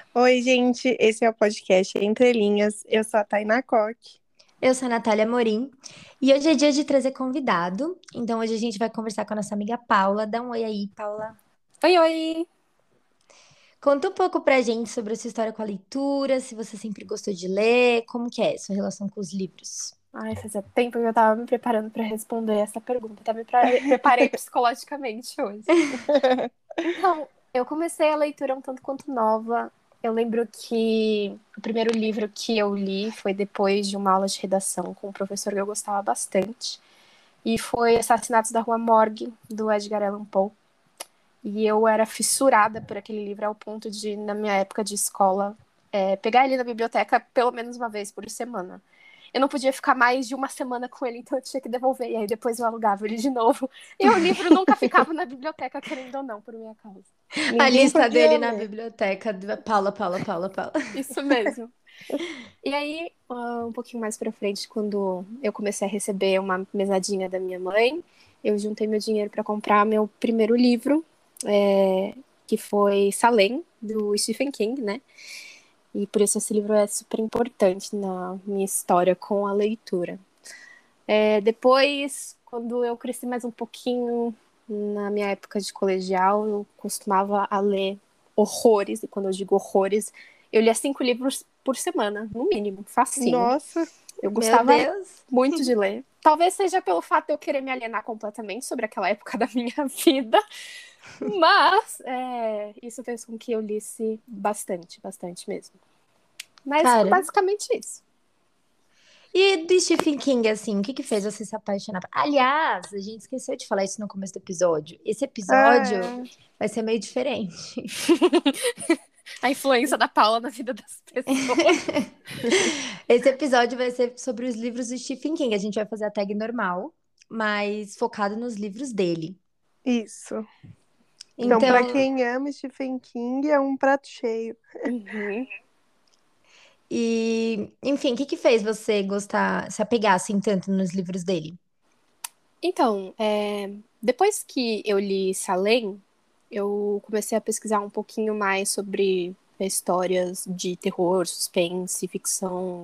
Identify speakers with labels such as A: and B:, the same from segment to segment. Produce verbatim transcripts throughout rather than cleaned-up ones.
A: Oi, gente, esse é o podcast Entre Linhas. Eu sou a Tainá Coque.
B: Eu sou a Natália Morim e hoje é dia de trazer convidado. Então hoje a gente vai conversar com a nossa amiga Paula. Dá um oi aí, Paula.
C: Oi, oi!
B: Conta um pouco pra gente sobre a sua história com a leitura, se você sempre gostou de ler, como que é sua relação com os livros.
C: Ai, fazia tempo que eu tava me preparando pra responder essa pergunta. Até me pre- preparei psicologicamente hoje. Então, eu comecei a leitura um tanto quanto nova. Eu lembro que o primeiro livro que eu li foi depois de uma aula de redação com um professor que eu gostava bastante. E foi Assassinatos da Rua Morgue, do Edgar Allan Poe. E eu era fissurada por aquele livro ao ponto de, na minha época de escola, é, pegar ele na biblioteca pelo menos uma vez por semana. Eu não podia ficar mais de uma semana com ele, então eu tinha que devolver. E aí depois eu alugava ele de novo. E o livro nunca ficava na biblioteca, querendo ou não, por minha causa.
B: A
A: Ninguém
B: lista
A: podia
B: dele na
A: ler.
B: biblioteca, Paula, Paula, Paula, Paula.
C: Isso mesmo. E aí, uh, um pouquinho mais pra frente, quando eu comecei a receber uma mesadinha da minha mãe, eu juntei meu dinheiro para comprar meu primeiro livro, é, que foi Salem, do Stephen King, né? E por isso esse livro é super importante na minha história com a leitura. É, depois, quando eu cresci mais um pouquinho, na minha época de colegial, eu costumava a ler horrores, e quando eu digo horrores, eu lia cinco livros por semana, no mínimo, facinho.
A: Nossa,
C: Eu
B: Meu
C: gostava
B: Deus.
C: muito de ler. Talvez seja pelo fato de eu querer me alienar completamente sobre aquela época da minha vida, mas é, isso fez com que eu lisse bastante, bastante mesmo. Mas
B: Cara,
C: basicamente isso.
B: e do Stephen King, assim, o que que fez você se apaixonar? Aliás, a gente esqueceu de falar isso no começo do episódio. Esse episódio
A: ah,
B: vai ser meio diferente.
C: A influência da Paula na vida das pessoas.
B: Esse episódio vai ser sobre os livros do Stephen King. A gente vai fazer a tag normal, mas focado nos livros dele.
A: isso. Então, para
B: Então,
A: quem ama Stephen King, é um prato cheio.
C: Uhum.
B: e, enfim, o que que fez você gostar, se apegar assim tanto nos livros dele?
C: Então, é, depois que eu li Salem, eu comecei a pesquisar um pouquinho mais sobre histórias de terror, suspense, ficção.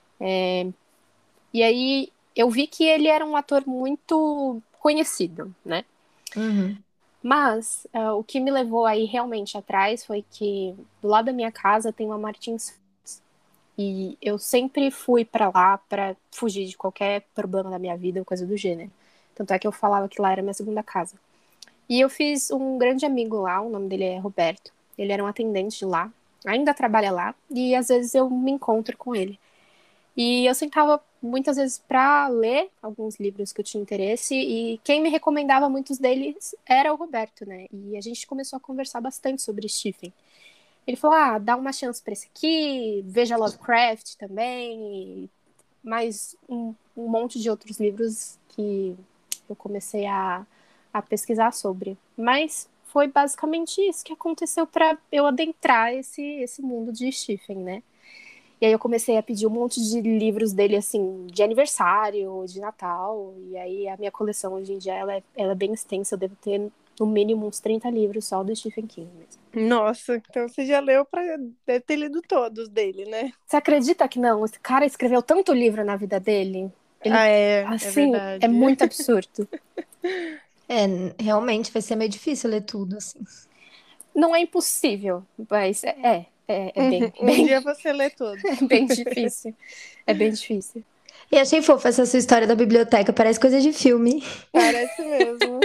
C: E aí eu vi que ele era um ator muito conhecido, né?
B: Uhum.
C: Mas uh, o que me levou aí realmente atrás foi que do lado da minha casa tem uma Martins e eu sempre fui para lá para fugir de qualquer problema da minha vida ou coisa do gênero. Tanto é que eu falava que lá era minha segunda casa. E eu fiz um grande amigo lá, o nome dele é Roberto. Ele era um atendente de lá, ainda trabalha lá e às vezes eu me encontro com ele. E eu sentava muitas vezes para ler alguns livros que eu tinha interesse, e quem me recomendava muitos deles era o Roberto, né? E a gente começou a conversar bastante sobre Stephen. Ele falou: ah, dá uma chance para esse aqui, veja Lovecraft também, e mais um, um monte de outros livros que eu comecei a, a pesquisar sobre. Mas foi basicamente isso que aconteceu para eu adentrar esse, esse mundo de Stephen, né? E aí eu comecei a pedir um monte de livros dele, assim, de aniversário, de Natal. E aí a minha coleção hoje em dia, ela é, ela é bem extensa. Eu devo ter, no mínimo, uns trinta livros só do Stephen King mesmo.
A: Nossa, então você já leu para deve ter lido todos dele, né?
C: Você acredita que não? Esse cara escreveu tanto livro na vida dele. Ele,
A: Ah, é, é
C: assim, é
A: verdade.
C: muito absurdo.
B: É, realmente vai ser meio difícil ler tudo, assim.
C: Não é impossível, mas é, é, é bem,
A: Um
C: bem,
A: dia você lê todos.
C: é bem difícil. É bem difícil.
B: E achei fofa essa sua história da biblioteca, parece coisa de filme.
A: Parece mesmo.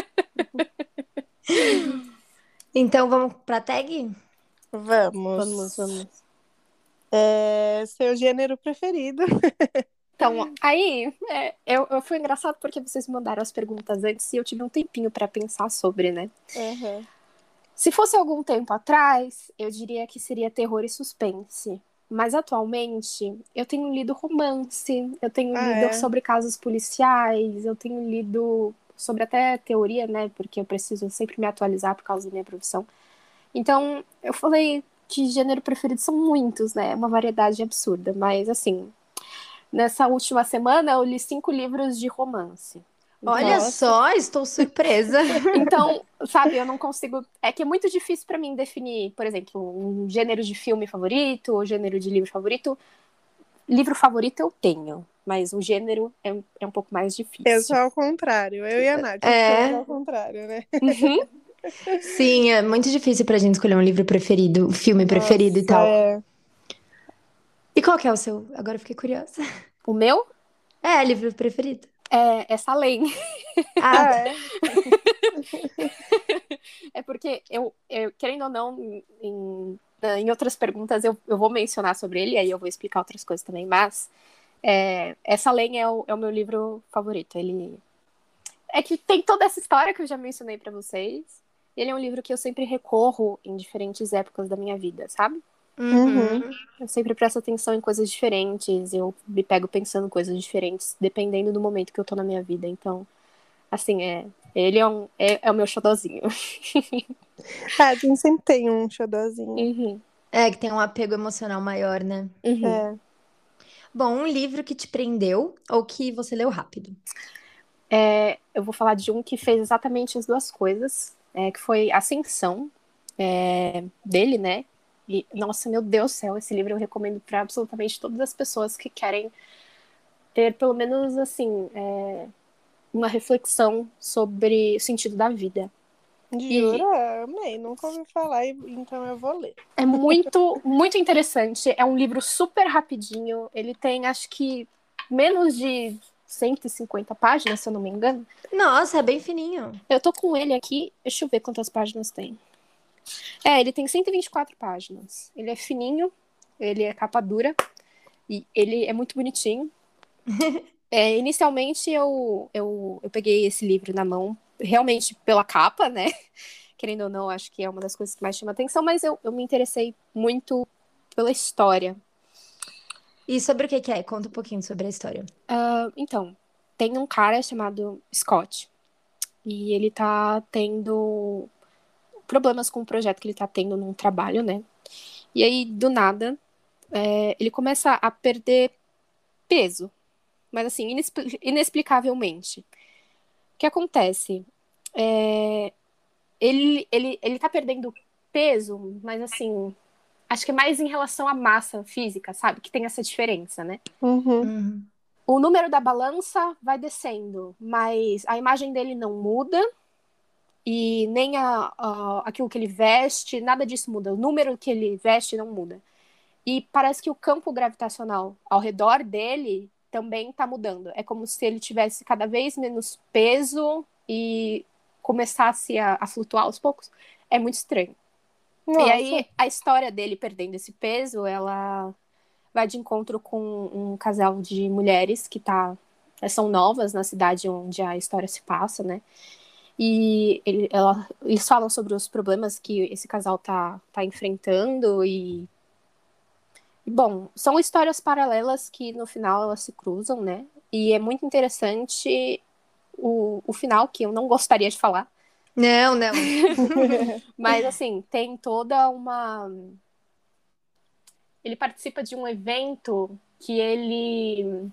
B: Então vamos pra tag?
C: Vamos,
A: Vamos.
C: vamos.
A: É, seu gênero preferido?
C: Então, aí, é, eu, eu fui engraçado porque vocês mandaram as perguntas antes e eu tive um tempinho para pensar sobre, né?
A: Uhum.
C: Se fosse algum tempo atrás, eu diria que seria terror e suspense. Mas atualmente, eu tenho lido romance, eu tenho
A: Ah,
C: lido
A: é.
C: sobre casos policiais, eu tenho lido sobre até teoria, né? Porque eu preciso sempre me atualizar por causa da minha profissão. Então, eu falei que gênero preferido são muitos, né? É uma variedade absurda, mas assim, nessa última semana eu li cinco livros de romance.
B: Olha
C: Nossa.
B: só, estou surpresa.
C: Então, sabe, eu não consigo. É que é muito difícil pra mim definir, por exemplo, um gênero de filme favorito ou gênero de livro favorito. Livro favorito eu tenho, mas o gênero é, é um pouco mais
A: Eu
C: difícil.
A: sou ao contrário. Eu e a Nath
B: É.
A: somos ao contrário, né?
C: Uhum.
B: Sim, é muito difícil pra gente escolher um livro preferido, filme preferido e
A: Nossa,
B: tal.
A: é.
B: E qual que é o seu? Agora eu fiquei curiosa.
C: O meu
B: É, livro preferido.
C: é, é Salem.
B: Ah,
A: Ah,
B: tá.
A: é?
C: É porque eu, eu querendo ou não, em, em outras perguntas eu, eu vou mencionar sobre ele, aí eu vou explicar outras coisas também, mas é, essa Salem é o, é o meu livro favorito. Ele é que tem toda essa história que eu já mencionei pra vocês. Ele é um livro que eu sempre recorro em diferentes épocas da minha vida, sabe?
B: Uhum.
C: Eu sempre presto atenção em coisas diferentes, eu me pego pensando em coisas diferentes, dependendo do momento que eu tô na minha vida. Então, assim, é, ele é, um, é, é o meu xodozinho.
A: Ah, a gente sempre tem um xodózinho.
C: Uhum,
B: É, que tem um apego emocional maior, né?
C: uhum.
A: É.
B: Bom, um livro que te prendeu ou que você leu rápido?
C: É, eu vou falar de um que fez exatamente as duas coisas, é, que foi Ascensão, é, dele, né? E, nossa, meu Deus do céu, esse livro eu recomendo para absolutamente todas as pessoas que querem ter, pelo menos, assim, é, uma reflexão sobre o sentido da vida. E
A: Jura? Amei. Nunca ouvi falar, e- então eu vou ler.
C: é muito, muito interessante. É um livro super rapidinho. Ele tem, acho que, menos de cento e cinquenta páginas, se eu não me engano.
B: Nossa, é bem fininho.
C: Eu tô com ele aqui. Deixa eu ver quantas páginas tem. É, ele tem cento e vinte e quatro páginas. Ele é fininho, ele é capa dura e ele é muito bonitinho. É, inicialmente eu, eu, eu peguei esse livro na mão realmente pela capa, né? Querendo ou não, acho que é uma das coisas que mais chama atenção, mas eu, eu me interessei muito pela história.
B: E sobre o que que é? Conta um pouquinho sobre a história.
C: Uh, então, tem um cara chamado Scott e ele tá tendo problemas com o projeto que ele tá tendo num trabalho, né? E aí, do nada, é, ele começa a perder peso, mas assim, inexpli- inexplicavelmente. O que acontece? É, ele, ele, ele tá perdendo peso, mas assim, acho que é mais em relação à massa física, sabe? Que tem essa diferença, né?
A: Uhum.
B: Uhum.
C: O número da balança vai descendo, mas a imagem dele não muda e nem a, a, aquilo que ele veste, nada disso muda. O número que ele veste não muda. E parece que o campo gravitacional ao redor dele também está mudando. É como se ele tivesse cada vez menos peso e começasse a, a flutuar aos poucos. É muito estranho.
A: Nossa.
C: E aí, a história dele perdendo esse peso, ela vai de encontro com um casal de mulheres que tá, são novas na cidade onde a história se passa, né? E ele, ela, eles falam sobre os problemas que esse casal tá, tá enfrentando e, e, bom, são histórias paralelas que no final elas se cruzam, né? E é muito interessante o, o final, que eu não gostaria de falar,
B: Não, não.
C: mas assim, tem toda uma... Ele participa de um evento que ele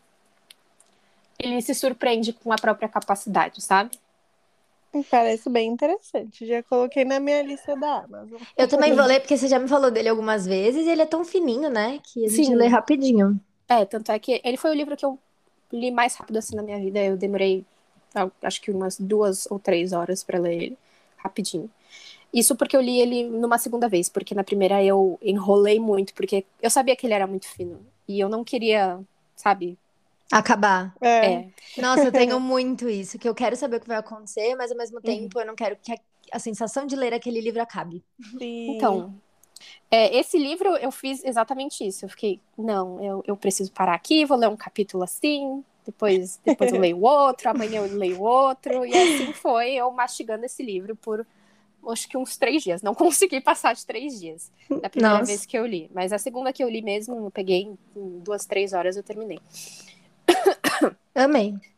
C: ele se surpreende com a própria capacidade, sabe?
A: Parece bem interessante. Já coloquei na minha lista da Amazon.
B: Eu também vou ler porque você já me falou dele algumas vezes e ele é tão fininho, né? Que a gente
C: Sim.
B: lê rapidinho.
C: É, tanto é que ele foi o livro que eu li mais rápido assim na minha vida. Eu demorei, acho que umas duas ou três horas pra ler ele, rapidinho. Isso porque eu li ele numa segunda vez, porque na primeira eu enrolei muito, porque eu sabia que ele era muito fino. E eu não queria, sabe?
B: Acabar.
A: É.
C: É.
B: Nossa, eu tenho muito isso, que eu quero saber o que vai acontecer, mas ao mesmo
C: Uhum.
B: tempo eu não quero que a, a sensação de ler aquele livro acabe.
A: Sim.
C: Então, é, esse livro eu fiz exatamente isso. Eu fiquei, não, eu, eu preciso parar aqui, vou ler um capítulo assim, depois, depois eu leio outro, amanhã eu leio outro, e assim foi eu mastigando esse livro por acho que uns três dias. Não consegui passar de três dias da primeira
B: Nossa.
C: vez que eu li. Mas a segunda que eu li mesmo, eu peguei em duas, três horas eu terminei.
B: Amei.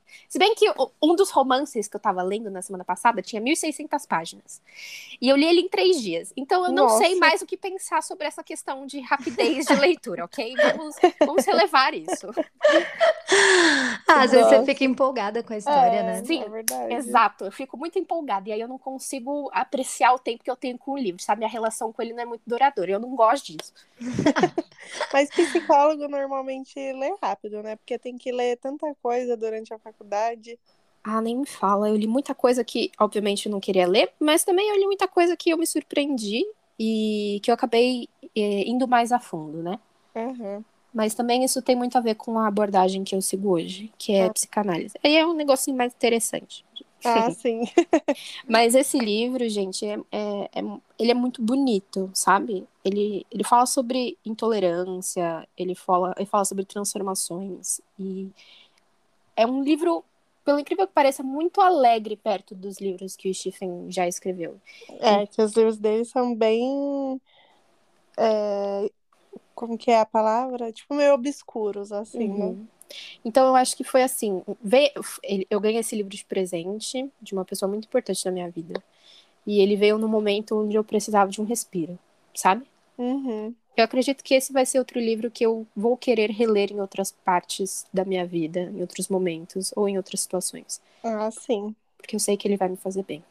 C: Se bem que o- um dos romances que eu tava lendo na semana passada tinha mil e seiscentas páginas. E eu li ele em três dias. Então eu não sei
A: Nossa.
C: mais o que pensar sobre essa questão de rapidez de leitura, ok? Vamos, vamos relevar isso.
B: Ah, às vezes você
A: Nossa.
B: fica empolgada com a história,
A: É,
B: né?
C: Sim,
A: é verdade.
C: exato. Eu fico muito empolgada. E aí eu não consigo apreciar o tempo que eu tenho com o livro, sabe? A relação com ele não é muito duradoura. Eu não gosto disso.
A: Mas psicólogo normalmente lê rápido, né? Porque tem que ler tanta coisa durante a faculdade.
C: Ah, nem me fala. Eu li muita coisa que, obviamente, eu não queria ler, mas também eu li muita coisa que eu me surpreendi e que eu acabei eh, indo mais a fundo, né?
A: Uhum.
C: Mas também isso tem muito a ver com a abordagem que eu sigo hoje, que é
A: Ah.
C: psicanálise. Aí é um negocinho mais interessante.
A: Ah, sim.
C: Mas esse livro, gente, é, é- é- ele é muito bonito, sabe? Ele, ele fala sobre intolerância, ele fala, ele fala sobre transformações. E é um livro, pelo incrível que pareça, muito alegre perto dos livros que o Stephen já escreveu.
A: É, que os livros dele são bem. é, Como que é a palavra? Tipo, meio obscuros, assim, né?
C: Uhum. Então eu acho que foi assim, veio- ele- eu ganhei esse livro de presente de uma pessoa muito importante na minha vida. E ele veio no momento onde eu precisava de um respiro, sabe?
A: Uhum.
C: Eu acredito que esse vai ser outro livro que eu vou querer reler em outras partes da minha vida, em outros momentos ou em outras situações,
A: Ah, sim.
C: porque eu sei que ele vai me fazer bem.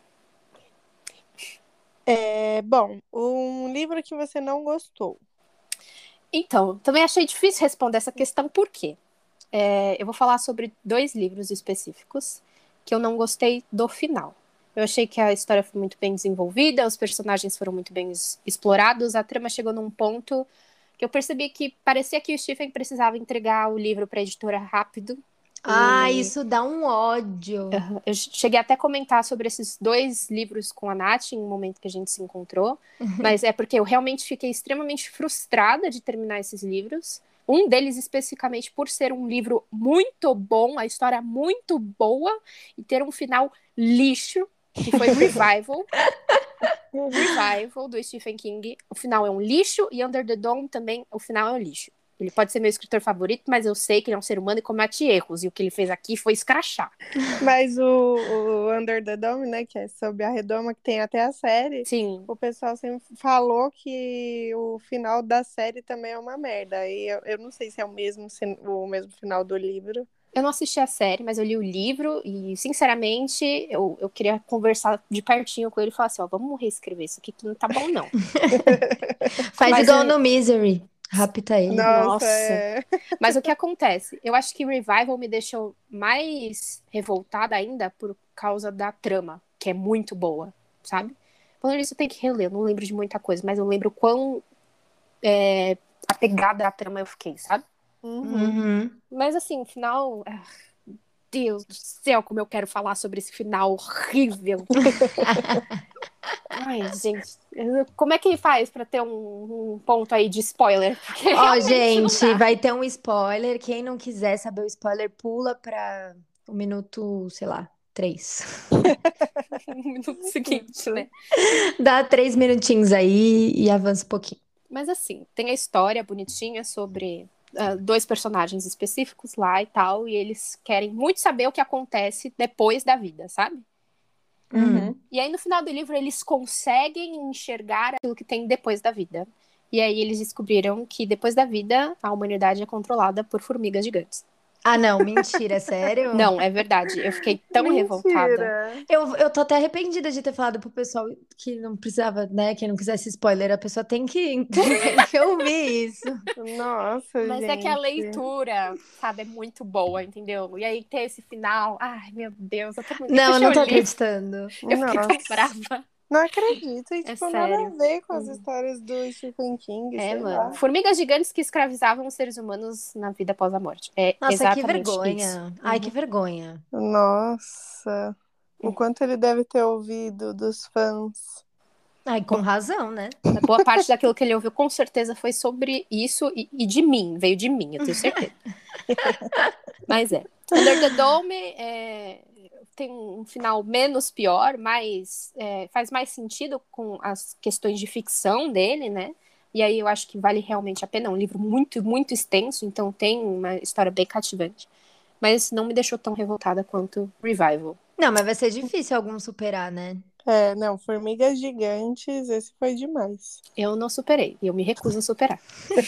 A: É, bom, um livro que você não gostou.
C: Então, também achei difícil responder essa questão, por quê? É, eu vou falar sobre dois livros específicos que eu não gostei do final. Eu achei que a história foi muito bem desenvolvida, os personagens foram muito bem es- explorados, a trama chegou num ponto que eu percebi que parecia que o Stephen precisava entregar o livro para a editora rápido.
B: Ah,
C: E
B: isso dá um ódio.
C: eu cheguei até a comentar sobre esses dois livros com a Nath em um momento que a gente se encontrou, mas é porque eu realmente fiquei extremamente frustrada de terminar esses livros. Um deles especificamente por ser um livro muito bom, a história muito boa, e ter um final lixo, que foi Revival. Revival, do Stephen King. O final é um lixo, e Under the Dome também, o final é um lixo. Ele pode ser meu escritor favorito, mas eu sei que ele é um ser humano e comete erros, e o que ele fez aqui foi escrachar.
A: Mas o, o Under the Dome, né, que é sobre a redoma, que tem até a série,
C: Sim.
A: o pessoal sempre falou que o final da série também é uma merda. E eu, eu não sei se é o mesmo, sin- o mesmo final do livro.
C: Eu não assisti a série, mas eu li o livro e, sinceramente, eu, eu queria conversar de pertinho com ele e falar assim, ó, vamos reescrever isso aqui que não tá bom, não.
B: Faz
C: Mas
B: igual
C: ele-
B: no Misery. Rapta ele.
A: Nossa,
C: Nossa.
A: é.
C: Mas o que acontece? Eu acho que Revival me deixou mais revoltada ainda por causa da trama, que é muito boa, sabe? Falando isso, eu tenho que reler, eu não lembro de muita coisa, mas eu lembro quão é, apegada à trama eu fiquei, sabe?
A: Uhum.
B: Uhum.
C: Mas assim, o final... ah, Deus do céu, como eu quero falar sobre esse final horrível. Ai, gente, como é que faz pra ter um, um ponto aí de spoiler? Porque
B: Ó,
C: realmente não
B: gente,
C: dá.
B: vai ter um spoiler. Quem não quiser saber o spoiler, pula pra o minuto, sei lá, três.
C: No minuto seguinte, né?
B: Dá três minutinhos aí e avança um pouquinho.
C: Mas assim, tem a história bonitinha sobre ah, dois personagens específicos lá e tal, e eles querem muito saber o que acontece depois da vida, sabe?
A: Uhum.
C: E aí no final do livro eles conseguem enxergar aquilo que tem depois da vida. E aí eles descobriram que depois da vida a humanidade é controlada por formigas gigantes.
B: Ah, não, mentira, sério?
C: Não, é verdade. Eu fiquei tão revoltada.
A: Mentira.
B: Eu, eu tô até arrependida de ter falado pro pessoal que não precisava, né? Quem não quisesse spoiler, a pessoa tem que, tem que ouvir isso.
A: Nossa,
C: Mas
A: gente.
C: é que a leitura, sabe, é muito boa, entendeu? E aí ter esse final, ai meu Deus, eu tô muito.
B: Não, eu não tô
C: eu li,
B: acreditando.
C: eu fiquei tão
A: Nossa.
C: brava.
A: Não acredito. E,
C: É
A: tipo, nada a
C: sério.
A: ver com as histórias do Stephen King,
C: É,
A: sei
C: mano.
A: lá.
C: Formigas gigantes que escravizavam os seres humanos na vida após a morte. É
B: Nossa, que
C: exatamente isso.
B: vergonha. Ai, que
C: Uhum.
B: vergonha.
A: Nossa. O quanto ele deve ter ouvido dos fãs.
B: Ai, com razão, né?
C: Boa parte daquilo que ele ouviu com certeza foi sobre isso e, e de mim, veio de mim, eu tenho certeza. Mas é. Under the Dome é, tem um final menos pior, mas é, faz mais sentido com as questões de ficção dele, né? E aí eu acho que vale realmente a pena. É um livro muito, muito extenso, então tem uma história bem cativante. mas não me deixou tão revoltada quanto Revival.
B: Não, mas vai ser difícil algum superar, né?
A: É, não, Formigas Gigantes, esse foi demais.
C: Eu não superei, e eu me recuso a superar.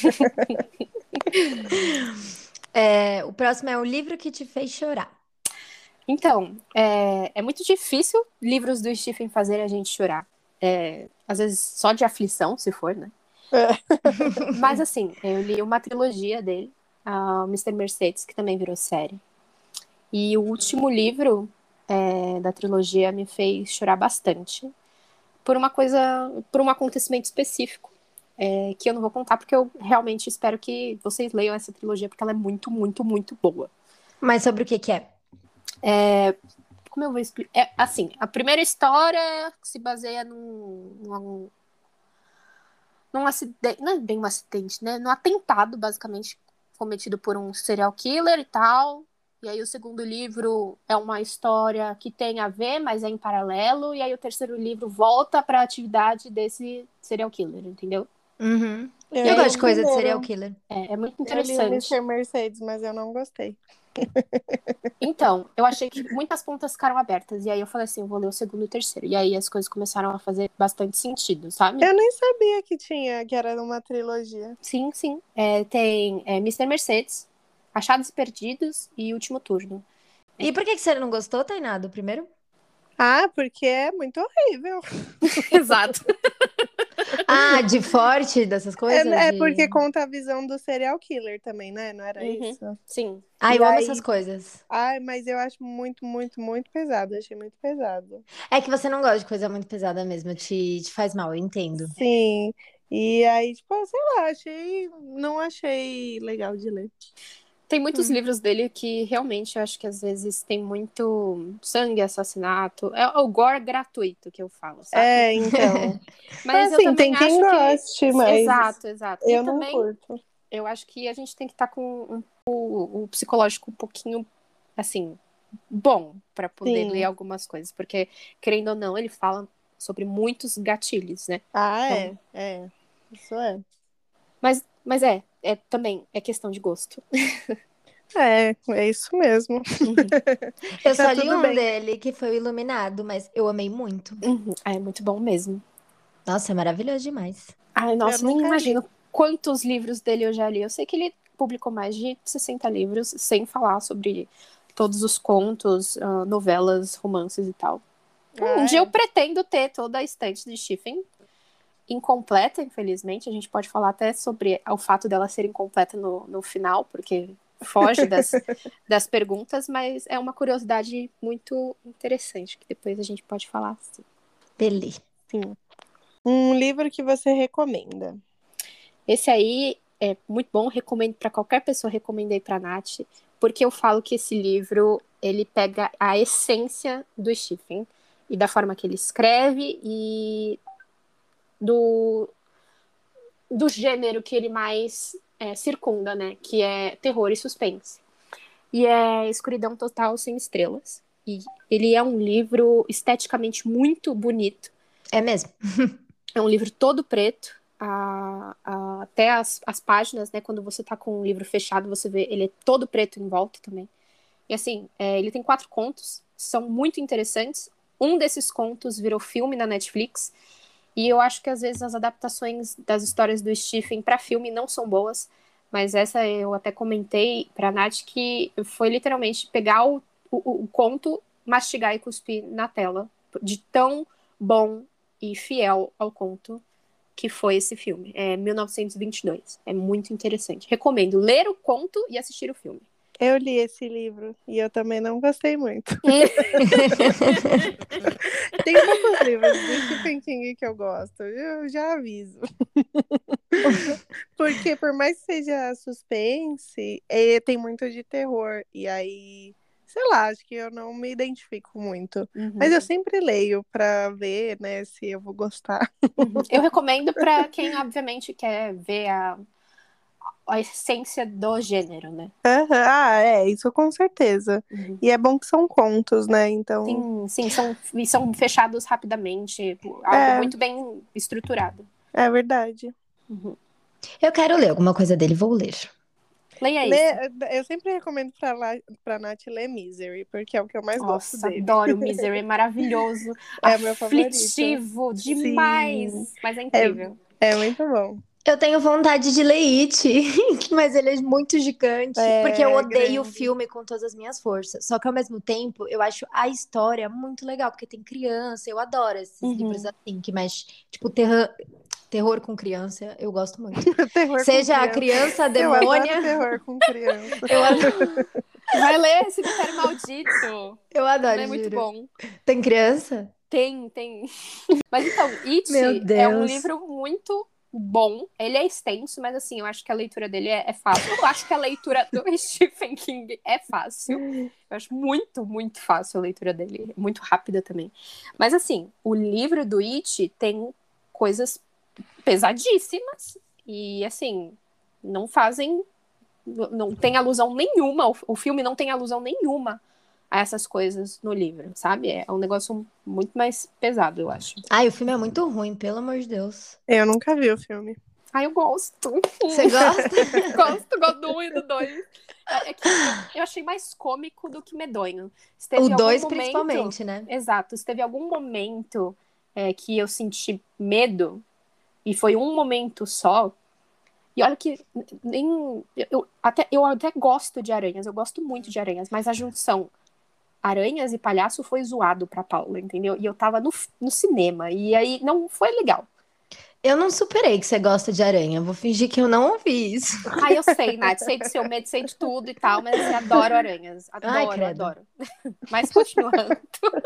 B: É, o próximo é o livro que te fez chorar.
C: Então, é, é muito difícil livros do Stephen fazerem a gente chorar. É, às vezes só de aflição, se for, né?
A: É.
C: Mas assim, eu li uma trilogia dele, a mister Mercedes, que também virou série. E o último livro é, da trilogia me fez chorar bastante. Por uma coisa, por um acontecimento específico. É, que eu não vou contar, porque eu realmente espero que vocês leiam essa trilogia, porque ela é muito, muito, muito boa.
B: Mas sobre o que que é?
C: É, como eu vou explicar? É, assim, a primeira história se baseia num, num, num acidente, não é bem um acidente, né? Num atentado, basicamente, cometido por um serial killer e tal. E aí o segundo livro é uma história que tem a ver, mas é em paralelo. E aí o terceiro livro volta para a atividade desse serial killer, entendeu?
B: Uhum.
A: Eu
B: Eu
A: li
B: gosto
A: o
B: de coisa de serial
A: primeiro.
B: killer.
C: É, é muito
A: Eu li o
C: interessante.
A: mister Mercedes, mas eu não gostei.
C: Então, eu achei que muitas pontas ficaram abertas. E aí eu falei assim, eu vou ler o segundo e o terceiro. E aí as coisas começaram a fazer bastante sentido, sabe?
A: Eu nem sabia que tinha, que era uma trilogia.
C: Sim, sim. É, tem é, mister Mercedes, Achados e Perdidos e Último Turno.
B: E por que que você não gostou, Tainá, do primeiro?
A: Ah, porque é muito horrível.
C: Exato.
B: Ah, de forte, dessas coisas?
A: É, é
B: de...
A: porque conta a visão do serial killer também, né? Não era
C: Uhum.
A: isso?
C: Sim.
B: Ah,
A: E
B: eu amo
A: aí-
B: essas coisas.
A: Ai, mas eu acho muito, muito, muito pesado. Eu achei muito pesado.
B: É que você não gosta de coisa muito pesada mesmo, te, te faz mal, eu entendo.
A: Sim. E aí, tipo, sei lá, achei. Não achei legal de ler.
C: Tem muitos
A: Hum.
C: livros dele que realmente eu acho que às vezes tem muito sangue, assassinato. É o gore gratuito que eu falo, sabe?
A: É, então.
C: Mas eu
A: assim,
C: também
A: tem quem
C: acho
A: goste,
C: que.
A: mas
C: Exato, exato. E
A: eu não
C: também
A: curto.
C: eu acho que a gente tem que estar com um, o, o psicológico um pouquinho, assim, bom para poder
A: Sim.
C: ler algumas coisas. Porque, querendo ou não, ele fala sobre muitos gatilhos, né?
A: Ah,
C: Então-
A: é, é. Isso é.
C: Mas, mas é, é também é questão de gosto.
A: É, é isso mesmo.
B: Eu só
A: Tá
B: li
A: tudo
B: um
A: bem.
B: dele, que foi o Iluminado, mas eu amei muito.
C: Uhum. É muito bom mesmo.
B: Nossa, é maravilhoso demais.
C: Ai, nossa,
A: Eu
C: nem
A: nunca
C: imagino
A: li.
C: quantos livros dele eu já li. Eu sei que ele publicou mais de sessenta livros, sem falar sobre todos os contos, ah, novelas, romances e tal. Um
A: Ah,
C: dia eu
A: é.
C: pretendo ter toda a estante de Stephen incompleta, infelizmente. A gente pode falar até sobre o fato dela ser incompleta no, no final, porque foge das, das perguntas, mas é uma curiosidade muito interessante, que depois a gente pode falar assim.
B: Dele.
A: Sim. Um livro que você recomenda.
C: Esse aí é muito bom, recomendo para qualquer pessoa, recomendei para Nath, porque eu falo que esse livro, ele pega a essência do Stephen e da forma que ele escreve e do, do gênero que ele mais é, circunda, né? Que é terror e suspense. E é Escuridão Total Sem Estrelas. E ele é um livro esteticamente muito bonito.
B: É mesmo?
C: É um livro todo preto. A, a, até as, as páginas, né? Quando você tá com um livro fechado, você vê ele é todo preto em volta também. E assim, é, ele tem quatro contos, são muito interessantes. Um desses contos virou filme na Netflix. E eu acho que às vezes as adaptações das histórias do Stephen para filme não são boas. Mas essa eu até comentei pra Nath que foi literalmente pegar o, o, o conto, mastigar e cuspir na tela. De tão bom e fiel ao conto que foi esse filme. É mil novecentos e vinte e dois. É muito interessante. Recomendo ler o conto e assistir o filme.
A: Eu li esse livro e eu também não gostei muito. Tem poucos livros do Stephen King que eu gosto, eu já aviso. Porque por mais que seja suspense, é, tem muito de terror. E aí, sei lá, acho que eu não me identifico muito.
C: Uhum.
A: Mas eu sempre leio pra ver, né, se eu vou gostar.
C: Uhum. Eu recomendo para quem, obviamente, quer ver a, a essência do gênero, né?
A: Uhum. Ah, é, isso com certeza.
C: Uhum.
A: E é bom que são contos, né? Então.
C: Sim, sim, são, e são fechados rapidamente, algo
A: É.
C: muito bem estruturado.
A: É verdade.
C: Uhum.
B: Eu quero ler alguma coisa dele, vou ler.
C: Leia esse.
A: Lê, eu sempre recomendo pra, lá, pra Nath ler Misery, porque é o que eu mais gosto
C: Nossa,
A: dele.
C: adoro o Misery, é maravilhoso.
A: É meu favorito.
C: Aflitivo demais.
A: Sim.
C: Mas é
A: É,
C: incrível.
A: é muito bom.
B: Eu tenho vontade de ler It, mas ele é muito gigante. Porque eu
A: É
B: odeio o
A: grande.
B: filme com todas as minhas forças. Só que ao mesmo tempo, eu acho a história muito legal, porque tem criança. Eu adoro esses
C: Uhum.
B: livros assim, que mexe, tipo, terror, terror com criança. Eu gosto muito.
A: Terror
B: Seja
A: com
B: a
A: criança.
B: criança
A: Eu adoro
B: demônia.
A: terror com criança.
B: Eu adoro,
C: Vai ler Cemitério Maldito.
B: eu adoro,
C: Também é muito
B: juro.
C: bom.
B: Tem criança?
C: Tem, tem. Mas então,
B: Meu
C: It é um
B: Deus.
C: livro muito bom. Ele é extenso, mas assim, eu acho que a leitura dele é, é fácil. Eu acho que a leitura do Stephen King é fácil. Eu acho muito, muito fácil a leitura dele. Muito rápida também. Mas assim, o livro do It tem coisas pesadíssimas. E assim, não fazem. Não tem alusão nenhuma. O filme não tem alusão nenhuma a essas coisas no livro, sabe? É um negócio muito mais pesado, eu acho.
B: Ai, o filme é muito ruim, pelo amor de Deus.
A: Eu nunca vi o filme.
C: Ai, eu gosto.
B: Você gosta?
C: Gosto, gosto do um e do dois. É, é que eu, eu achei mais cômico do que medonho. Se teve
B: O
C: algum
B: dois,
C: momento-
B: principalmente, né?
C: Exato. Se teve algum momento é, que eu senti medo, e foi um momento só, e olha que nem. Eu até, eu até gosto de aranhas, eu gosto muito de aranhas, mas a junção aranhas e palhaço foi zoado pra Paula, entendeu? E eu tava no, no cinema, e aí não foi legal.
B: Eu não superei que você gosta de aranha. Vou fingir que eu não ouvi isso.
C: Ah, eu sei, Nath, sei do seu medo, sei de tudo e tal, mas assim, adoro aranhas. Adoro,
B: Ai, credo.
C: adoro. Mas continuando.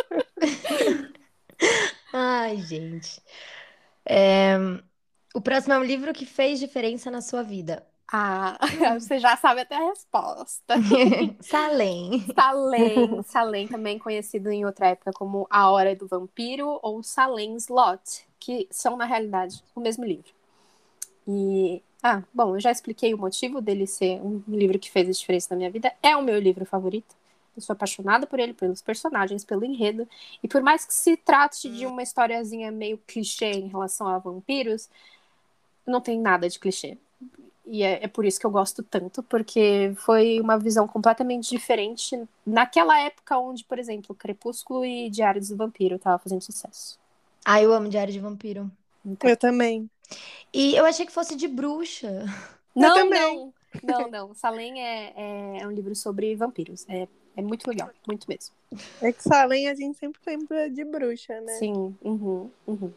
B: Ai, gente. É, O próximo é um livro que fez diferença na sua vida.
C: Ah, você já sabe até a resposta.
B: Salem.
C: Salem, Salem, também conhecido em outra época como A Hora do Vampiro ou Salem's Lot, que são, na realidade, o mesmo livro. E, ah, bom, eu já expliquei o motivo dele ser um livro que fez a diferença na minha vida. É o meu livro favorito. Eu sou apaixonada por ele, pelos personagens, pelo enredo. E por mais que se trate de uma historiazinha meio clichê em relação a vampiros, não tem nada de clichê. E é, é por isso que eu gosto tanto, porque foi uma visão completamente diferente naquela época onde, por exemplo, Crepúsculo e Diário do Vampiro tava fazendo sucesso.
B: Ai, eu amo Diário de Vampiro.
C: Então,
A: Eu também.
B: E eu achei que fosse de bruxa.
C: não,
A: também.
C: não, não, não. Salem é, é, é um livro sobre vampiros. É, é muito legal, muito mesmo.
A: É que Salem a gente sempre lembra de bruxa, né?
C: Sim, uhum, uhum.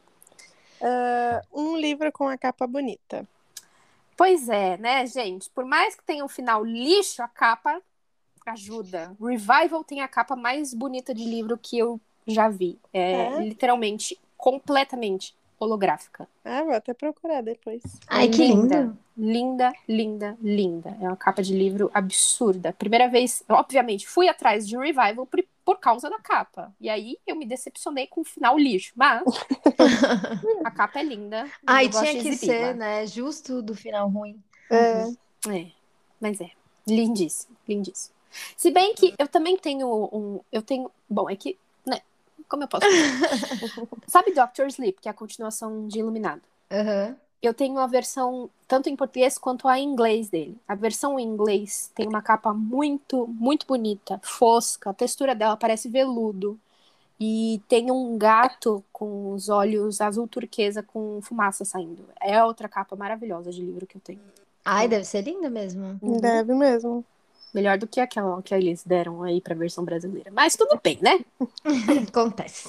A: Uh, um livro com a capa bonita.
C: Pois é, né, gente? Por mais que tenha um final lixo, a capa ajuda. Revival tem a capa mais bonita de livro que eu já vi. É,
A: É?
C: literalmente, completamente holográfica.
A: Ah, vou até procurar depois.
B: Ai, que lindo.
C: Linda, linda, linda. É uma capa de livro absurda. Primeira vez, eu, obviamente, fui atrás de Revival por, por causa da capa. E aí eu me decepcionei com o final lixo. Mas a capa é linda.
B: Ai,
C: eu gosto
B: tinha
C: de
B: que
C: exibi-la.
B: ser, né? Justo do final ruim.
A: É.
C: É, mas é. Lindíssimo, lindíssimo. Se bem que eu também tenho um. Eu tenho. Bom, é que. Né, como eu posso dizer? Sabe doutor Sleep, que é a continuação de Iluminado?
B: Aham.
C: Eu tenho a versão tanto em português quanto a em inglês dele. A versão em inglês tem uma capa muito, muito bonita, fosca. A textura dela parece veludo. E tem um gato com os olhos azul turquesa com fumaça saindo. É outra capa maravilhosa de livro que eu tenho.
B: Ai, deve ser linda mesmo.
C: Uhum.
A: Deve mesmo.
C: Melhor do que aquela que eles deram aí pra versão brasileira. Mas tudo bem, né?
B: Acontece.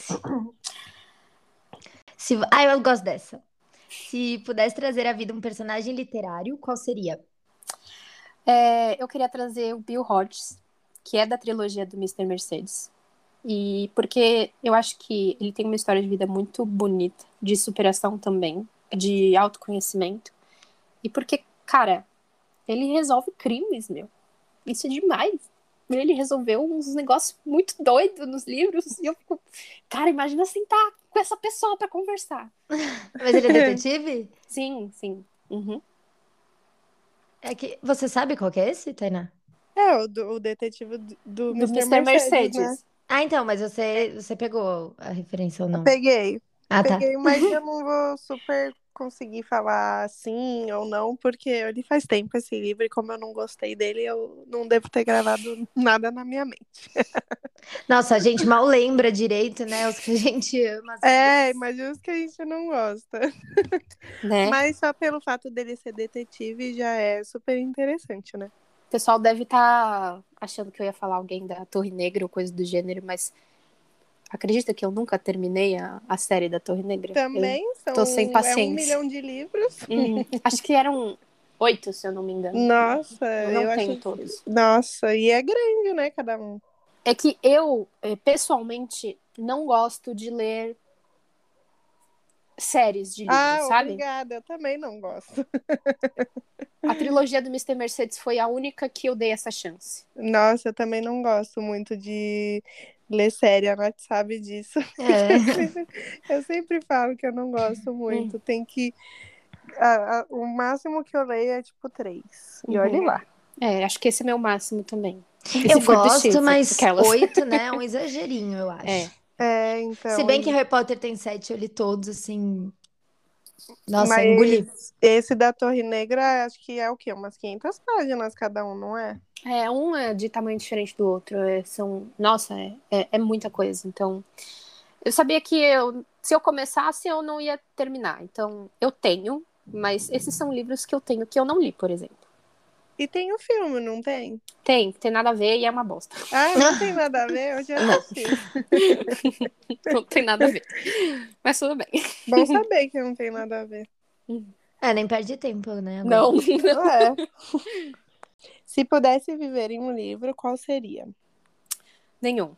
B: Se... Ai, eu gosto dessa. Se pudesse trazer à vida um personagem literário, qual seria?
C: É, eu queria trazer o Bill Hodges, que é da trilogia do mister Mercedes. E porque eu acho que ele tem uma história de vida muito bonita, de superação também, de autoconhecimento. E porque, cara, ele resolve crimes, meu. Isso é demais. Ele resolveu uns negócios muito doidos nos livros. E eu fico, cara, imagina sentar com essa pessoa pra conversar.
B: Mas ele é detetive?
C: Sim, sim. Uhum.
B: É que... Você sabe qual que é esse, Tainá?
A: É, o, do, o detetive do, do
C: Do
A: mister
C: mister
A: Mercedes,
C: Mercedes.
A: né?
B: Ah, então, mas você, você pegou a referência ou não?
A: Peguei.
B: Ah, tá.
A: Peguei, mas eu não vou super conseguir falar sim ou não, porque eu li faz tempo esse livro e como eu não gostei dele, eu não devo ter gravado nada na minha mente.
B: Nossa, a gente mal lembra direito, né? Os que a gente ama, às
A: É,
B: vezes.
A: imagina os que a gente não gosta.
C: Né?
A: Mas só pelo fato dele ser detetive já é super interessante, né?
C: O pessoal deve estar achando que eu ia falar alguém da Torre Negra ou coisa do gênero, mas acredita que eu nunca terminei a, a série da Torre Negra? Eu
A: Também
C: tô sem
A: são é um
C: paciência.
A: milhão de livros.
C: Uhum. Acho que eram oito, se eu não me engano.
A: Nossa,
C: Eu não
A: eu
C: tenho
A: acho.
C: todos.
A: Nossa, e é grande, né, cada um.
C: É que eu, eh, pessoalmente, não gosto de ler séries de livros,
A: Ah,
C: sabe?
A: obrigada, eu também não gosto.
C: A trilogia do mister Mercedes foi a única que eu dei essa chance.
A: Nossa, eu também não gosto muito de ler série, a Nath sabe disso.
B: É.
A: Eu sempre, eu sempre falo que eu não gosto
C: Hum.
A: muito. Tem que. a- a- o máximo que eu leio é tipo três. E olhe
C: Uhum.
A: lá.
C: É, acho que esse é meu máximo também. E
B: Eu
C: se for do
B: gosto,
C: Chifre,
B: mas
C: aquelas.
B: oito, né? É um exagerinho, eu
C: É.
B: acho.
A: É,
B: Se
A: então.
B: bem que Harry Potter tem sete, eu li todos, assim. Nossa, engoli.
A: Mas esse da Torre Negra, acho que é o quê? Umas quinhentas páginas cada um, não é?
C: É, um é de tamanho diferente do outro. É, são, nossa, é, é, é muita coisa. Então, eu sabia que eu, se eu começasse, eu não ia terminar. Então, eu tenho, mas esses são livros que eu tenho que eu não li, por exemplo.
A: E tem o filme, não tem?
C: Tem, tem nada a ver e é uma bosta.
A: Ah, não tem nada a ver, eu já
C: Não,
A: assisti.
C: não tem nada a ver. Mas tudo bem.
A: Bom saber que não tem nada a ver.
B: É, nem perde tempo, né? Agora.
C: Não,
A: É. Se pudesse viver em um livro, qual seria?
C: nenhum.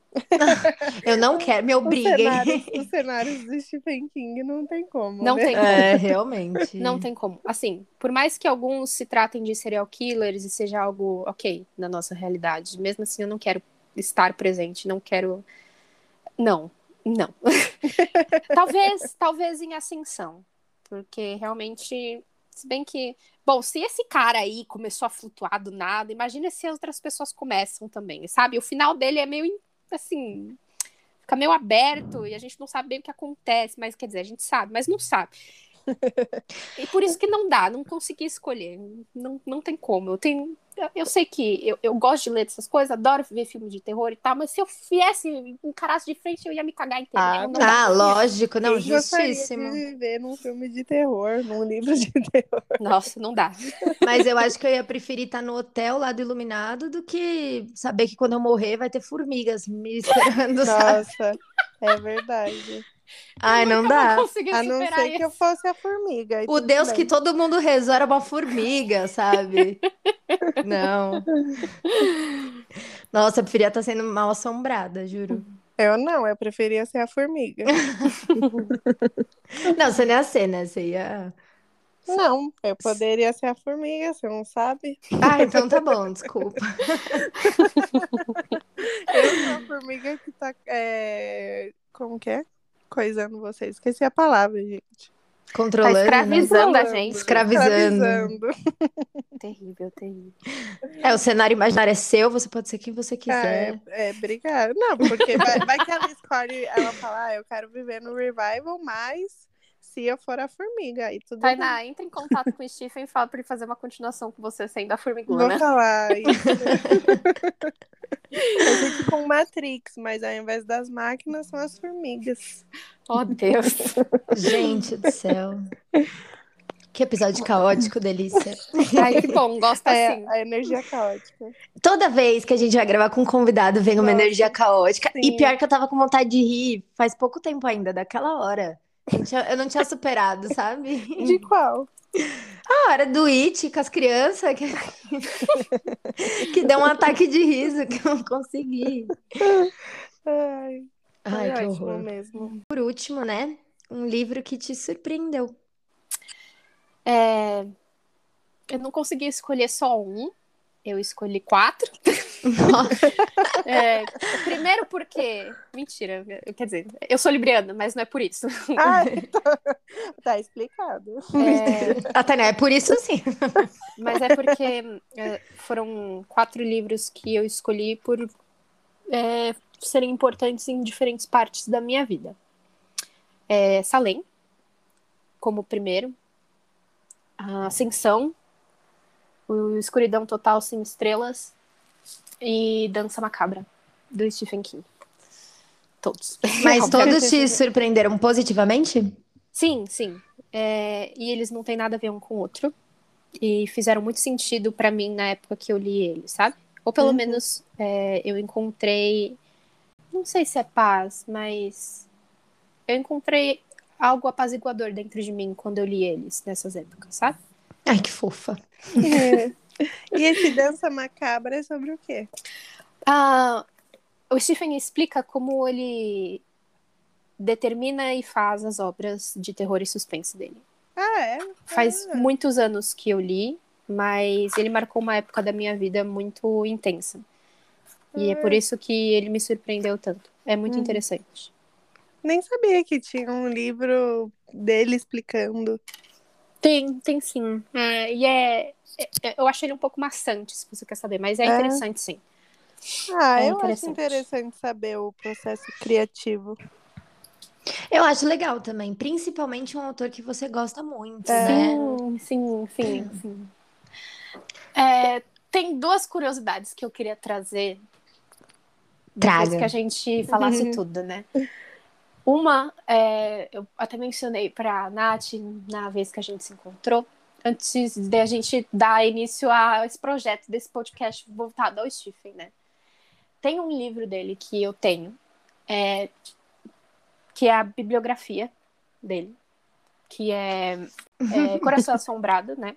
B: Eu não quero, me
A: Os cenários,
B: obriguem.
A: os cenários do Stephen King não tem como,
C: Não
A: né?
C: tem como.
B: É, realmente.
C: Não tem como. Assim, por mais que alguns se tratem de serial killers e seja algo ok na nossa realidade, mesmo assim eu não quero estar presente, não quero. Não, não. Talvez, talvez em Ascensão, porque realmente, se bem que, bom, se esse cara aí começou a flutuar do nada, imagina se outras pessoas começam também, sabe? O final dele é meio assim, fica meio aberto e a gente não sabe bem o que acontece, mas quer dizer, a gente sabe, mas não sabe. E por isso que não dá, não consegui escolher. Não, não tem como. Eu tenho. Eu sei que eu, eu gosto de ler essas coisas, adoro ver filme de terror e tal, mas se eu viesse, encarasse de frente, eu ia me cagar inteira.
A: Ah,
C: Não, não dá.
B: Ah, lógico, não,
A: Quem gostaria de
B: justíssimo.
A: viver num filme de terror, num livro de terror?
C: Nossa, não dá.
B: Mas eu acho que eu ia preferir estar no hotel lá do Iluminado do que saber que quando eu morrer vai ter formigas me esperando, sabe?
A: Nossa, é verdade.
B: Ai,
C: Eu
B: não
C: nunca vou
B: dá.
C: conseguir
A: A não
C: superar
A: ser que eu
C: isso.
A: fosse a formiga. E
B: O
A: tudo
B: Deus que
A: bem.
B: todo mundo rezou era uma formiga, sabe? Não. Nossa, eu preferia estar sendo mal assombrada, juro.
A: Eu não, eu preferia ser a formiga.
B: Não, você não ia ser, né? Você ia.
A: Não, eu poderia ser a formiga, você não sabe?
B: Ah, então tá bom, desculpa.
A: Eu sou a formiga que tá. É... Como que é? Coisando você. Esqueci a palavra, gente.
C: Tá
B: Controlando, não.
C: escravizando a
A: Controlando,
C: gente.
B: Escravizando.
A: escravizando.
C: Terrível, terrível.
B: É, o cenário imaginário é seu, você pode ser quem você
A: Ah, é,
B: quiser.
A: é, obrigada. Não, porque vai, vai que ela escolhe, ela fala, ah, eu quero viver no revival, mas se eu for a formiga, aí tudo bem.
C: Tainá, entra em contato com o Stephen e fala pra ele fazer uma continuação com você sendo a
A: Vou
C: formigona.
A: falar isso. Eu sei tipo um Matrix, mas ao invés das máquinas são as formigas.
C: Oh, Deus.
B: Gente do céu. Que episódio caótico, delícia.
C: Ai, que bom, gosto
A: É
C: assim.
A: a energia caótica.
B: Toda vez que a gente vai gravar com um convidado, vem uma
A: Nossa,
B: energia caótica. E
A: sim.
B: pior que eu tava com vontade de rir faz pouco tempo ainda, daquela hora. Eu não tinha, eu não tinha superado, sabe?
A: De qual?
B: A hora do It com as crianças, que, que deu um ataque de riso que eu não consegui.
A: Ai,
B: Ai,
A: foi
B: que
A: ótimo
B: horror.
A: mesmo.
B: Por último, né? Um livro que te surpreendeu.
C: É, eu não consegui escolher só um, eu escolhi quatro. É, primeiro porque. Mentira, quer dizer, eu sou libriana, mas não é por isso.
A: Ah, tá, tá explicado.
C: É,
B: Ah, Tainá, é por isso sim.
C: mas é porque é, foram quatro livros que eu escolhi por é, serem importantes em diferentes partes da minha vida. é Salem, como o primeiro, a Ascensão, o Escuridão Total Sem Estrelas e Dança Macabra, do Stephen King. Todos.
B: Mas todos te surpreenderam positivamente?
C: Sim, sim. É, e eles não têm nada a ver um com o outro. E fizeram muito sentido pra mim na época que eu li eles, sabe? Ou pelo
A: Uhum.
C: menos é, eu encontrei... Não sei se é paz, mas... Eu encontrei algo apaziguador dentro de mim quando eu li eles nessas épocas, sabe?
B: Ai, que fofa.
A: E esse Dança Macabra é sobre o quê?
C: Ah, o Stephen explica como ele determina e faz as obras de terror e suspense dele.
A: Ah, é?
C: Faz
A: Ah.
C: muitos anos que eu li, mas ele marcou uma época da minha vida muito intensa. E é por isso que ele me surpreendeu tanto. É muito
A: Uhum.
C: interessante.
A: Nem sabia que tinha um livro dele explicando.
C: Tem, tem sim. É, e é, é- Eu acho ele um pouco maçante, se você quer saber, mas é
A: É.
C: interessante sim.
A: Ah,
C: É
A: eu acho
C: interessante.
A: interessante saber o processo criativo.
B: Eu acho legal também, principalmente um autor que você gosta muito,
A: É.
B: né?
C: Sim, sim, sim, sim. É, tem duas curiosidades que eu queria trazer depois que
B: Traga.
C: a gente falasse tudo, né? Uma, é, eu até mencionei pra Nath na vez que a gente se encontrou, antes de a gente dar início a esse projeto desse podcast voltado ao Stephen, né? Tem um livro dele que eu tenho, é, que é a bibliografia dele, que é, é Coração Assombrado, né?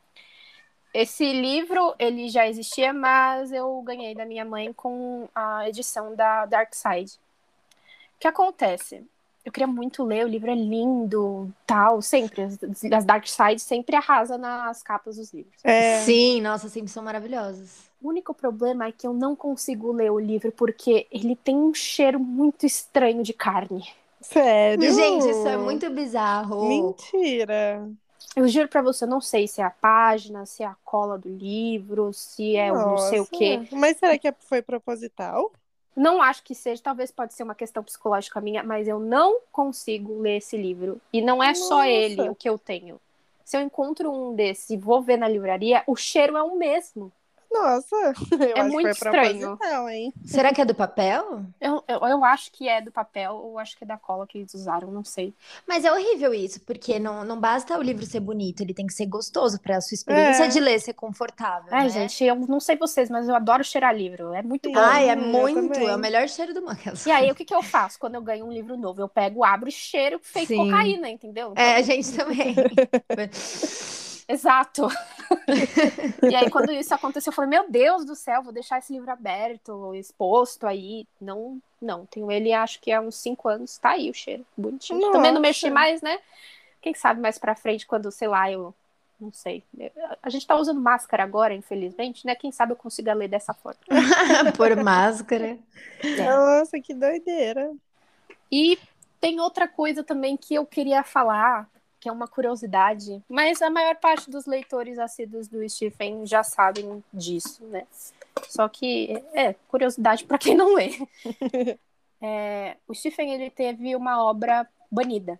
C: Esse livro, ele já existia, mas eu ganhei da minha mãe com a edição da Dark Side. O que acontece? Eu queria muito ler, o livro é lindo, tal, sempre. As, as Dark Side sempre arrasa nas capas dos livros.
A: É.
B: Sim, nossa, sempre são maravilhosos.
C: O único problema é que eu não consigo ler o livro porque ele tem um cheiro muito estranho de carne.
A: Sério?
B: Gente, isso é muito bizarro.
A: Mentira.
C: Eu juro pra você, eu não sei se é a página, se é a cola do livro, se é o não sei o quê.
A: Nossa. Mas será que foi proposital?
C: Não acho que seja, talvez pode ser uma questão psicológica minha, mas eu não consigo ler esse livro. E não é só
A: Nossa.
C: ele o que eu tenho. Se eu encontro um desses e vou ver na livraria, o cheiro é o mesmo.
A: Nossa, eu
C: É
A: acho que
C: muito
A: foi
C: estranho.
A: proposital, hein?
B: Será que é do papel?
C: Eu, eu, eu acho que é do papel, ou acho que é da cola que eles usaram, não sei.
B: Mas é horrível isso, porque não, não basta o livro ser bonito, ele tem que ser gostoso para a sua experiência
A: É.
B: de ler ser confortável,
C: Ai,
B: né?
C: gente, eu não sei vocês, mas eu adoro cheirar livro. É muito
A: Sim.
C: bom.
B: Ai, é
A: eu
B: muito,
A: também.
B: é o melhor cheiro do mundo.
C: E aí, o que, que eu faço quando eu ganho um livro novo? Eu pego, abro e cheiro feito
B: Sim.
C: cocaína, entendeu? Então,
B: É, a gente também.
C: exato. E aí, quando isso aconteceu, eu falei, meu Deus do céu, vou deixar esse livro aberto, exposto aí. Não, não. Tenho ele, acho que há uns cinco anos. Tá aí o cheiro, bonitinho.
A: Nossa.
C: Também não mexi mais, né? Quem sabe mais pra frente, quando, sei lá, eu... Não sei. A gente tá usando máscara agora, infelizmente, né? Quem sabe eu consiga ler dessa forma.
B: Por máscara.
A: Nossa, que doideira.
C: E tem outra coisa também que eu queria falar, que é uma curiosidade, mas a maior parte dos leitores assíduos do Stephen já sabem disso, né? Só que é curiosidade para quem não lê. É, o Stephen, ele teve uma obra banida.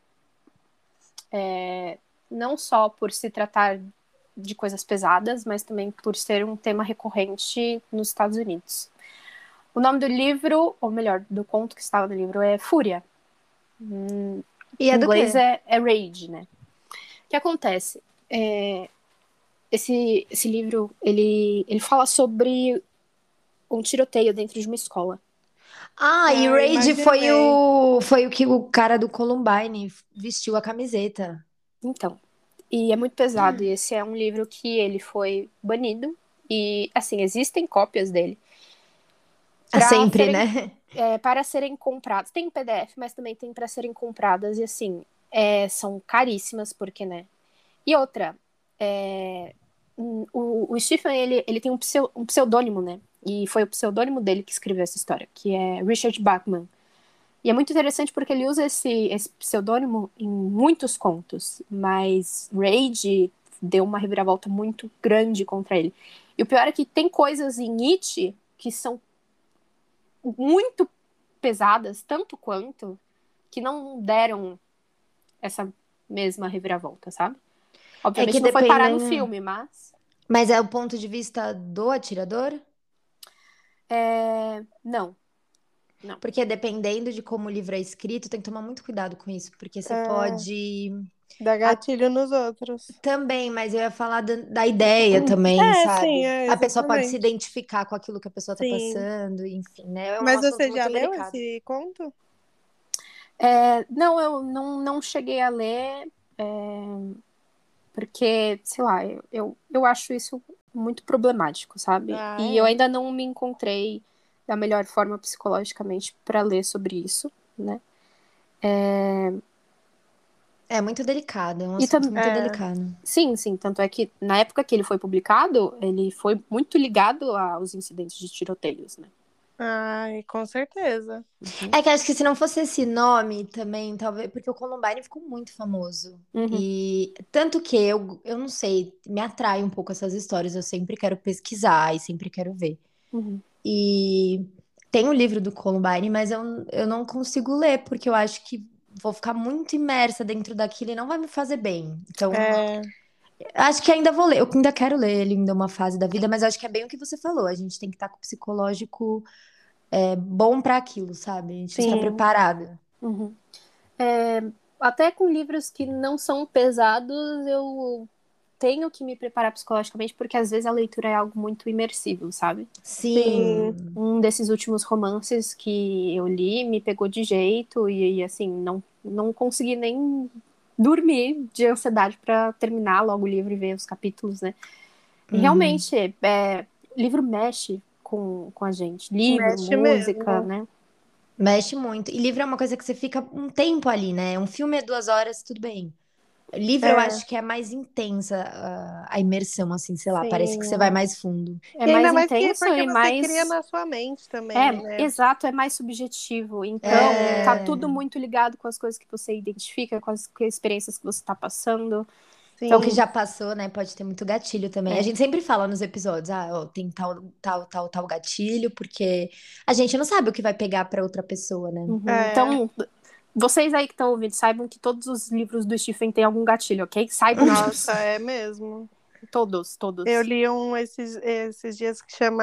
C: É, não só por se tratar de coisas pesadas, mas também por ser um tema recorrente nos Estados Unidos. O nome do livro, ou melhor, do conto que estava no livro, é Fúria. Hum,
B: E é
C: em
B: do
C: inglês
B: quê?
C: é, é Rage, né? O que acontece? É, esse, esse livro, ele, ele fala sobre um tiroteio dentro de uma escola.
B: Ah, e
A: Ah,
B: Rage foi
A: imaginei.
B: o, foi o que o cara do Columbine vestiu a camiseta.
C: Então, e é muito pesado. E esse é um livro que ele foi banido. E, assim, existem cópias dele.
B: Ah,
C: Pra
B: sempre,
C: serem,
B: né?
C: é, para serem compradas. Tem em P D F, mas também tem para serem compradas. E, assim, é, são caríssimas, porque, né? E outra, é, o, o Stephen, ele, ele tem um, pseu, um pseudônimo, né? E foi o pseudônimo dele que escreveu essa história, que é Richard Bachman. E é muito interessante porque ele usa esse, esse pseudônimo em muitos contos, mas Rage deu uma reviravolta muito grande contra ele. E o pior é que tem coisas em It que são muito pesadas, tanto quanto, que não deram essa mesma reviravolta, sabe?
B: É
C: Obviamente
B: que
C: não foi parar no
B: dependendo.
C: filme, mas...
B: Mas é o ponto de vista do atirador?
C: É... Não, não.
B: Porque dependendo de como o livro é escrito, tem que tomar muito cuidado com isso, porque você
A: É,
B: pode.
A: dá
B: a-
A: gatilho nos outros.
B: Também, mas eu ia falar da, da ideia também,
A: É, sim,
B: sabe?
A: é,
B: A pessoa pode se
A: exatamente.
B: identificar com aquilo que a pessoa tá
A: Sim.
B: passando, enfim, né? É um
A: Mas
B: assunto
A: você já
B: muito
A: leu
B: delicado.
A: esse conto?
C: É, não, eu não, não cheguei a ler, é, porque, sei lá, eu, eu, eu acho isso muito problemático, sabe?
A: Ah,
C: E eu
A: é.
C: ainda não me encontrei da melhor forma psicologicamente para ler sobre isso, né?
B: É muito delicado, é um
C: E
B: assunto
C: tam-
B: muito
A: É.
B: delicado.
C: sim, sim, tanto é que na época que ele foi publicado, ele foi muito ligado aos incidentes de tiroteios, né?
A: Ai, com certeza.
C: Uhum.
B: É que acho que se não fosse esse nome também, talvez, porque o Columbine ficou muito famoso.
C: Uhum.
B: E tanto que eu, eu não sei, me atrai um pouco essas histórias, eu sempre quero pesquisar e sempre quero ver.
C: Uhum.
B: E tem o livro do Columbine, mas eu, eu não consigo ler, porque eu acho que vou ficar muito imersa dentro daquilo e não vai me fazer bem. Então,
A: É,
B: acho que ainda vou ler, eu ainda quero ler ele ainda uma fase da vida, mas acho que é bem o que você falou, a gente tem que estar com o psicológico é, bom para aquilo, sabe? A gente tem que estar
A: sim.
B: preparada.
C: Uhum. É, até com livros que não são pesados, eu tenho que me preparar psicologicamente, porque às vezes a leitura é algo muito imersivo, sabe?
A: Sim.
B: Sim.
C: Um desses últimos romances que eu li me pegou de jeito e, assim, não, não consegui nem dormir de ansiedade para terminar logo o livro e ver os capítulos, né? E
B: Uhum.
C: realmente, é, livro mexe com, com a gente. Livro,
A: Mexe
C: música,
A: mesmo.
C: né?
B: Mexe muito. E livro é uma coisa que você fica um tempo ali, né? Um filme é duas horas, tudo bem. Livro eu
A: É,
B: acho que é mais intensa a, a imersão, assim, sei lá, parece que você vai
A: sim.
B: mais fundo.
C: É
A: E ainda
C: mais
A: mais que
C: intenso
A: porque
C: e
A: você cria
C: mais.
A: na sua mente também,
C: É,
A: né?
C: exato, é mais subjetivo. Então, tá
A: É,
B: É.
C: tudo muito ligado com as coisas que você identifica, com as, com as experiências que você tá passando.
B: Então, o que
A: sim.
B: já passou, né? Pode ter muito gatilho também. A
C: É.
B: gente sempre fala nos episódios, ah, ó, tem tal, tal, tal, tal gatilho, porque a gente não sabe o que vai pegar pra outra pessoa, né?
C: Uhum.
A: É.
C: Então, vocês aí que estão ouvindo, saibam que todos os livros do Stephen têm algum gatilho, ok? Saibam
A: Nossa,
C: disso.
A: é mesmo.
C: Todos,
A: Eu
C: todos.
A: li um esses, esses dias que chama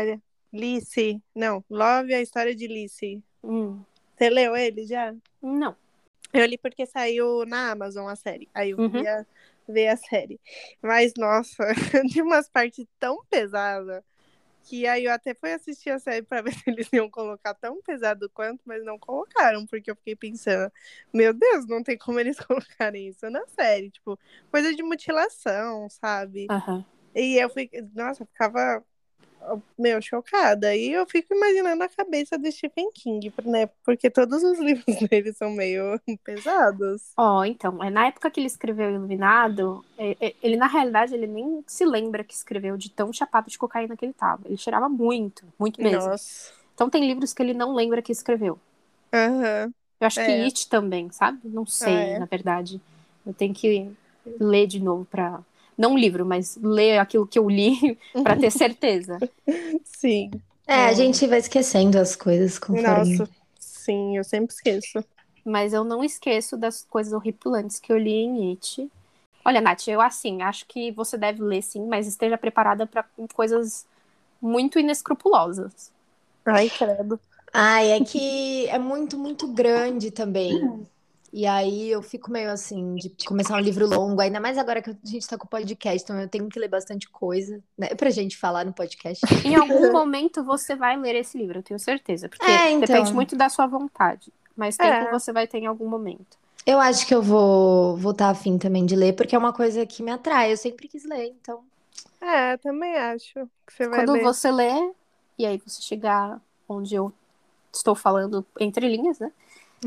A: Lizzie. Não, Love, a história de Lizzie.
C: Hum,
A: Você leu ele já?
C: não.
A: Eu li porque saiu na Amazon a série. Aí eu
C: Uhum.
A: queria ver a série. Mas, nossa, de umas partes tão pesadas que aí eu até fui assistir a série pra ver se eles iam colocar tão pesado quanto, mas não colocaram, porque eu fiquei pensando, meu Deus, não tem como eles colocarem isso na série. Tipo, coisa de mutilação, sabe?
C: Aham.
A: E eu fiquei, nossa, eu ficava, meu, chocada. E eu fico imaginando a cabeça do Stephen King, né? Porque todos os livros dele são meio pesados.
C: Ó, então, é, na época que ele escreveu Iluminado, é, é, ele, na realidade, ele nem se lembra que escreveu de tão chapado de cocaína que ele tava. Ele cheirava muito, muito mesmo.
A: Nossa.
C: Então tem livros que ele não lembra que escreveu.
A: Aham.
C: Eu acho que
A: É.
C: It também, sabe? Não
A: Ah,
C: sei,
A: é.
C: na verdade. Eu tenho que ler de novo pra... Não um livro, mas ler aquilo que eu li pra ter certeza.
A: Sim.
B: É, a gente vai esquecendo as coisas conforme.
A: Nossa, sim, eu sempre esqueço.
C: Mas eu não esqueço das coisas horripilantes que eu li em It. Olha, Nath, eu assim, acho que você deve ler sim, mas esteja preparada para coisas muito inescrupulosas.
A: Ai, credo.
B: Ai, é que é muito, muito grande também. E aí eu fico meio assim, de começar um livro longo, ainda mais agora que a gente tá com o podcast, então eu tenho que ler bastante coisa, né? Pra gente falar no podcast.
C: Em algum momento você vai ler esse livro, eu tenho certeza, porque
B: É,
C: depende
B: então.
C: muito da sua vontade, mas tempo
A: É,
C: você vai ter em algum momento.
B: Eu acho que eu vou vou estar afim também de ler, porque é uma coisa que me atrai. Eu sempre quis ler, então.
A: é, também acho que você vai
C: Quando
A: ler.
C: você lê, e aí você chegar onde eu estou falando entre linhas, né?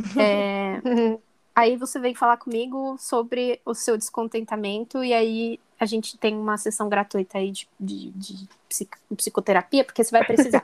C: É, aí você vem falar comigo sobre o seu descontentamento e aí a gente tem uma sessão gratuita aí de, de, de psic- psicoterapia, porque você vai precisar.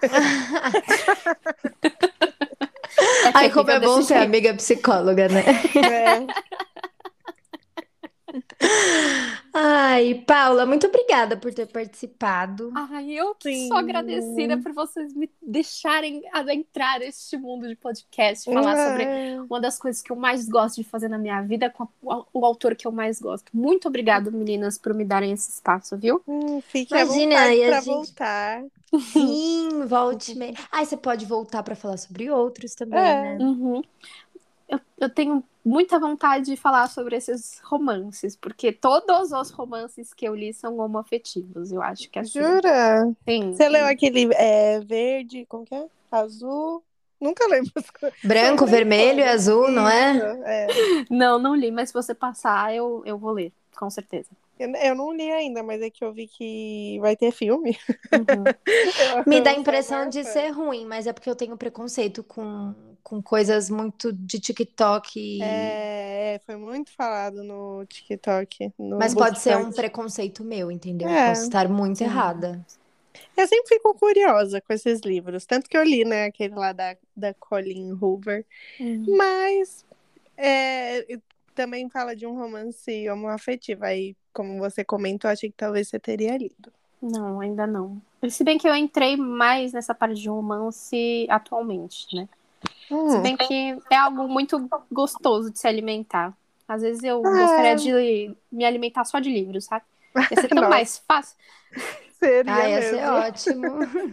C: É
B: Ai, como
C: terrível
B: é bom
C: desse
B: ter
C: jeito.
B: amiga psicóloga, né?
A: É,
B: Ai, Paula, muito obrigada por ter participado.
C: Ai, eu que
A: Sim.
C: sou agradecida por vocês me deixarem adentrar neste mundo de podcast, falar sobre
A: É.
C: uma das coisas que eu mais gosto de fazer na minha vida com a- o autor que eu mais gosto. Muito obrigada, meninas, por me darem esse espaço, viu?
A: Hum, fique
B: Imagina,
A: à vontade
B: e a
A: pra
B: gente-
A: voltar.
B: Sim, volte. Me... Ai, você pode voltar pra falar sobre outros também,
A: É.
B: né?
C: Uhum. Eu, eu tenho muita vontade de falar sobre esses romances, porque todos os romances que eu li são homoafetivos, eu acho que é assim.
A: Jura?
C: Sim,
A: Você
C: sim.
A: leu aquele é, verde, como que é? Azul? Nunca lembro as coisas.
B: Branco,
A: São três
B: vermelho e
A: cores.
B: azul, não é?
A: Isso, é.
C: Não, não li, mas se você passar, eu, eu vou ler, com certeza.
A: Eu, eu não li ainda, mas é que eu vi que vai ter filme.
C: Uhum.
A: Eu-
B: Me dá a
A: eu sou
B: impressão
A: maior
B: de
A: fã.
B: ser ruim, mas é porque eu tenho preconceito com, com coisas muito de TikTok. e-
A: É, foi muito falado no TikTok, no
B: Mas pode ser um
A: BookTok.
B: preconceito meu, entendeu?
A: É.
B: Posso estar muito
C: Sim.
B: errada.
A: Eu sempre fico curiosa com esses livros. Tanto que eu li, né, aquele lá da, da Colleen Hoover.
C: Uhum.
A: Mas é, também fala de um romance homoafetivo. Aí, como você comentou, achei que talvez você teria lido.
C: Não, ainda não. Se bem que eu entrei mais nessa parte de romance atualmente, né? Se
A: Hum.
C: bem que é algo muito gostoso de se alimentar. Às vezes eu
A: É.
C: gostaria de me alimentar só de livros, sabe? Ia ser tão
A: Nossa.
C: mais fácil.
A: Seria
B: Ah, ia
A: mesmo.
B: ser ótimo.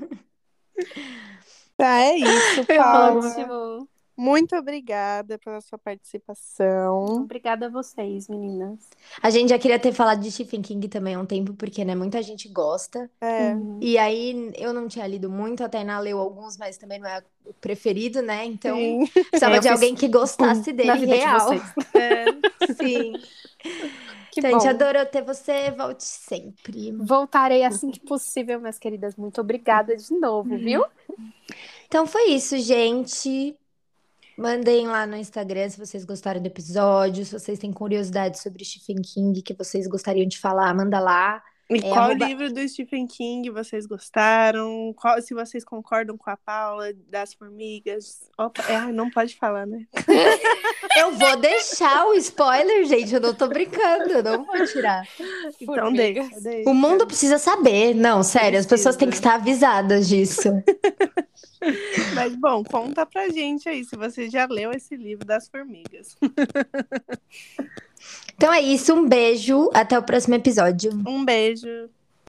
A: Ah, é isso, Paula.
C: Ótimo.
A: Muito obrigada pela sua participação.
C: Obrigada a vocês, meninas.
B: A gente já queria ter falado de Stephen King também há um tempo, porque, né, muita gente gosta.
A: É,
C: Uhum.
B: E aí, eu não tinha lido muito, a Tainá leu alguns, mas também não é o preferido, né? Então,
A: sim.
B: precisava
C: É, eu
B: de
C: fiz
B: alguém que gostasse
C: Na
B: dele
C: vida de
B: real.
C: vocês.
A: É.
B: Sim.
C: Que
B: Então, a gente
C: bom.
B: adorou ter você. Volte sempre.
C: Voltarei assim que possível, minhas queridas. Muito obrigada de novo, viu?
B: Então, foi isso, gente. Mandem lá no Instagram se vocês gostaram do episódio, se vocês têm curiosidade sobre Stephen King que vocês gostariam de falar, manda lá.
A: E
B: É,
A: qual
B: arroba-
A: livro do Stephen King vocês gostaram? Qual, se vocês concordam com a Paula das formigas? Opa, é, ai, não pode falar, né?
B: Eu vou deixar o spoiler, gente. Eu não tô brincando, eu não vou tirar.
A: Então
C: Formigas.
A: deixa, deixa.
B: O mundo precisa saber. Não, sério, as pessoas têm que
A: Precisa.
B: estar avisadas disso.
A: Mas bom, conta pra gente aí se você já leu esse livro das formigas.
B: Então é isso, um beijo, até o próximo episódio.
A: Um beijo.